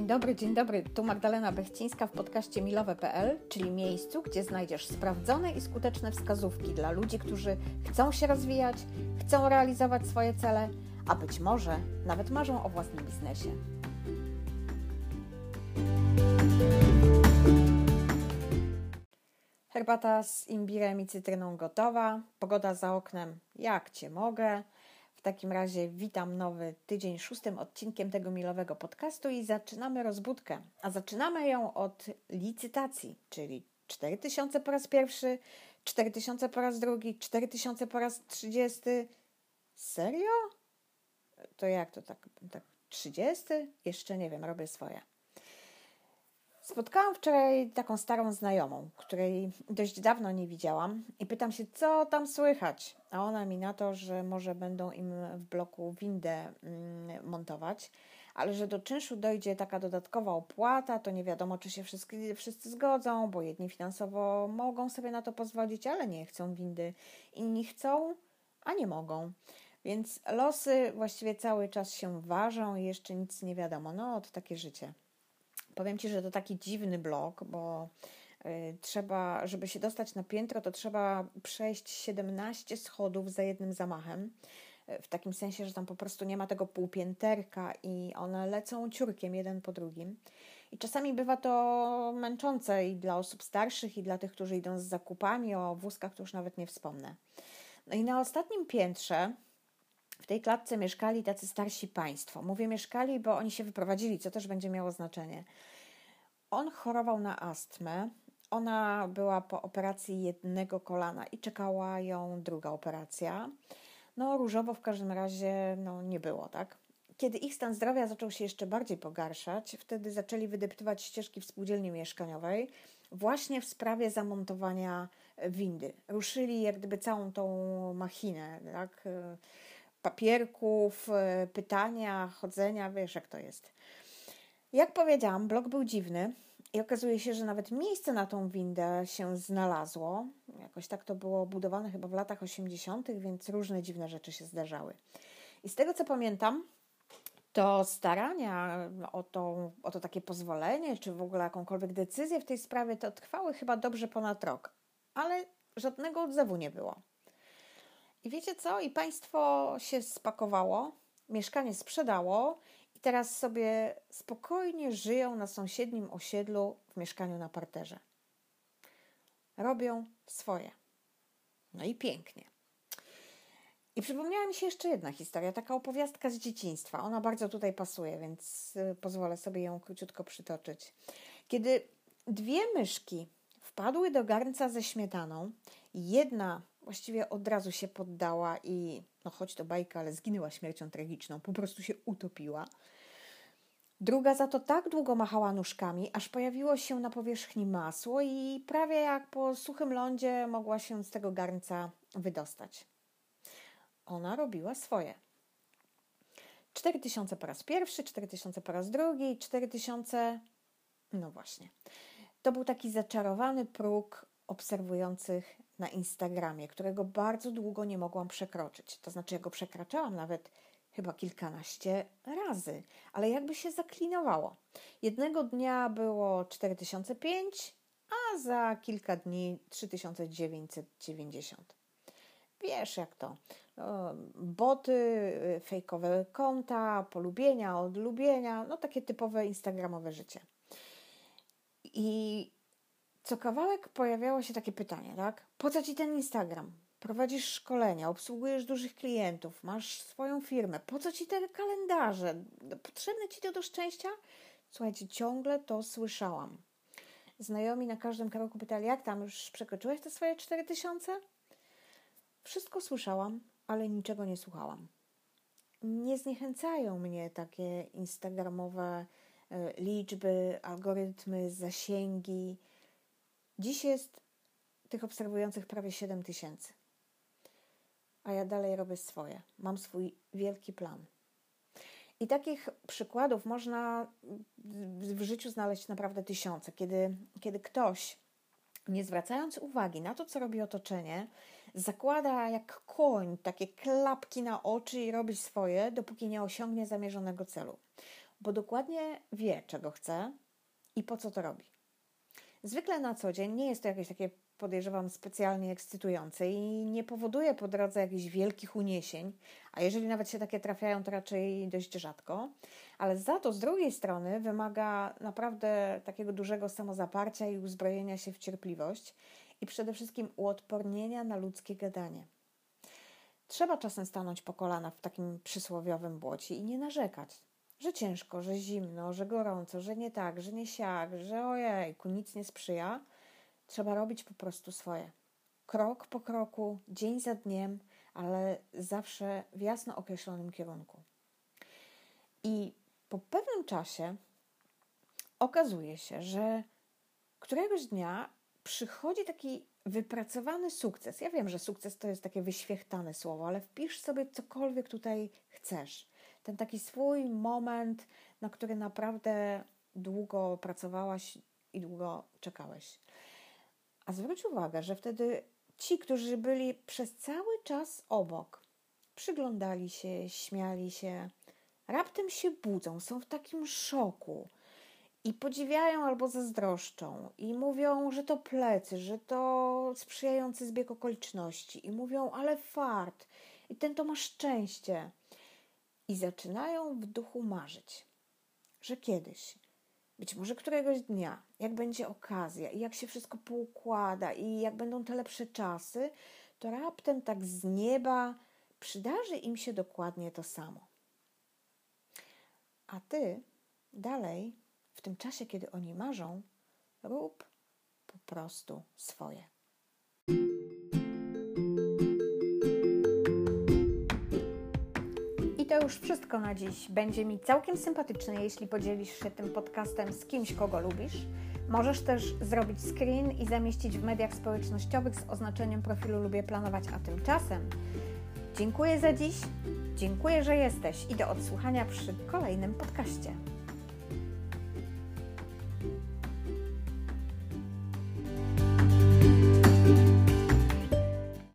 Dzień dobry. Tu Magdalena Bechcińska w podcaście milowe.pl, czyli miejscu, gdzie znajdziesz sprawdzone i skuteczne wskazówki dla ludzi, którzy chcą się rozwijać, chcą realizować swoje cele, a być może nawet marzą o własnym biznesie. Herbata z imbirem i cytryną gotowa, pogoda za oknem, jak Cię mogę. W takim razie witam nowy tydzień 6. odcinkiem tego milowego podcastu i zaczynamy rozbudkę. A zaczynamy ją od licytacji, czyli 4000 po raz pierwszy, 4000 po raz drugi, 4000 po raz 30. Serio? To jak to tak 30? Jeszcze nie wiem, robię swoje. Spotkałam wczoraj taką starą znajomą, której dość dawno nie widziałam i pytam się, co tam słychać, a ona mi na to, że może będą im w bloku windę montować, ale że do czynszu dojdzie taka dodatkowa opłata, to nie wiadomo, czy się wszyscy zgodzą, bo jedni finansowo mogą sobie na to pozwolić, ale nie chcą windy, inni chcą, a nie mogą. Więc losy właściwie cały czas się ważą i jeszcze nic nie wiadomo. No, to takie życie. Powiem Ci, że to taki dziwny blok, bo trzeba, żeby się dostać na piętro, to trzeba przejść 17 schodów za jednym zamachem. W takim sensie, że tam po prostu nie ma tego półpięterka i one lecą ciurkiem jeden po drugim. I czasami bywa to męczące i dla osób starszych, i dla tych, którzy idą z zakupami, o wózkach to już nawet nie wspomnę. No i na ostatnim piętrze w tej klatce mieszkali tacy starsi państwo. Mówię mieszkali, bo oni się wyprowadzili, co też będzie miało znaczenie. On chorował na astmę. Ona była po operacji jednego kolana i czekała ją druga operacja. No różowo w każdym razie nie było, tak? Kiedy ich stan zdrowia zaczął się jeszcze bardziej pogarszać, wtedy zaczęli wydeptywać ścieżki w spółdzielni mieszkaniowej właśnie w sprawie zamontowania windy. Ruszyli jak gdyby całą tą machinę, tak? Papierków, pytania, chodzenia, wiesz jak to jest. Jak powiedziałam, blok był dziwny i okazuje się, że nawet miejsce na tą windę się znalazło. Jakoś tak to było budowane chyba w latach 80., więc różne dziwne rzeczy się zdarzały. I z tego co pamiętam, to starania o to takie pozwolenie, czy w ogóle jakąkolwiek decyzję w tej sprawie, to trwały chyba dobrze ponad rok. Ale żadnego odzewu nie było. I wiecie co? I państwo się spakowało, mieszkanie sprzedało i teraz sobie spokojnie żyją na sąsiednim osiedlu w mieszkaniu na parterze. Robią swoje. No i pięknie. I przypomniała mi się jeszcze jedna historia, taka opowiastka z dzieciństwa. Ona bardzo tutaj pasuje, więc pozwolę sobie ją króciutko przytoczyć. Kiedy dwie myszki wpadły do garnca ze śmietaną, jedna właściwie od razu się poddała i, choć to bajka, ale zginęła śmiercią tragiczną, po prostu się utopiła. Druga za to tak długo machała nóżkami, aż pojawiło się na powierzchni masło i prawie jak po suchym lądzie mogła się z tego garnca wydostać. Ona robiła swoje. 4000 po raz pierwszy, 4000 po raz drugi, 4000... No właśnie. To był taki zaczarowany próg obserwujących na Instagramie, którego bardzo długo nie mogłam przekroczyć. To znaczy, ja go przekraczałam nawet chyba kilkanaście razy, ale jakby się zaklinowało. Jednego dnia było 4005, a za kilka dni 3990. Wiesz jak to. Boty, fejkowe konta, polubienia, odlubienia, takie typowe instagramowe życie. I co kawałek pojawiało się takie pytanie, tak? Po co Ci ten Instagram? Prowadzisz szkolenia, obsługujesz dużych klientów, masz swoją firmę. Po co Ci te kalendarze? Potrzebne Ci to do szczęścia? Słuchajcie, ciągle to słyszałam. Znajomi na każdym kroku pytali, jak tam, już przekroczyłeś te swoje 4000? Wszystko słyszałam, ale niczego nie słuchałam. Nie zniechęcają mnie takie instagramowe liczby, algorytmy, zasięgi. Dziś jest tych obserwujących prawie 7000. A ja dalej robię swoje. Mam swój wielki plan. I takich przykładów można w życiu znaleźć naprawdę tysiące. Kiedy ktoś, nie zwracając uwagi na to, co robi otoczenie, zakłada jak koń takie klapki na oczy i robi swoje, dopóki nie osiągnie zamierzonego celu. bo dokładnie wie, czego chce i po co to robi. Zwykle na co dzień nie jest to jakieś takie, podejrzewam, specjalnie ekscytujące i nie powoduje po drodze jakichś wielkich uniesień, a jeżeli nawet się takie trafiają, to raczej dość rzadko, ale za to z drugiej strony wymaga naprawdę takiego dużego samozaparcia i uzbrojenia się w cierpliwość i przede wszystkim uodpornienia na ludzkie gadanie. Trzeba czasem stanąć po kolana w takim przysłowiowym błocie i nie narzekać, że ciężko, że zimno, że gorąco, że nie tak, że nie siak, że ojejku, nic nie sprzyja. Trzeba robić po prostu swoje. Krok po kroku, dzień za dniem, ale zawsze w jasno określonym kierunku. I po pewnym czasie okazuje się, że któregoś dnia przychodzi taki wypracowany sukces. Ja wiem, że sukces to jest takie wyświechtane słowo, ale wpisz sobie cokolwiek tutaj chcesz. Ten taki swój moment, na który naprawdę długo pracowałaś i długo czekałeś. A zwróć uwagę, że wtedy ci, którzy byli przez cały czas obok, przyglądali się, śmiali się, raptem się budzą, są w takim szoku i podziwiają albo zazdroszczą i mówią, że to plecy, że to sprzyjający zbieg okoliczności i mówią, ale fart i ten to ma szczęście. I zaczynają w duchu marzyć, że kiedyś, być może któregoś dnia, jak będzie okazja i jak się wszystko poukłada i jak będą te lepsze czasy, to raptem tak z nieba przydarzy im się dokładnie to samo. A ty dalej, w tym czasie, kiedy oni marzą, rób po prostu swoje. I to już wszystko na dziś. Będzie mi całkiem sympatyczne, jeśli podzielisz się tym podcastem z kimś, kogo lubisz. Możesz też zrobić screen i zamieścić w mediach społecznościowych z oznaczeniem profilu Lubię Planować, a tymczasem dziękuję za dziś, dziękuję, że jesteś i do odsłuchania przy kolejnym podcaście.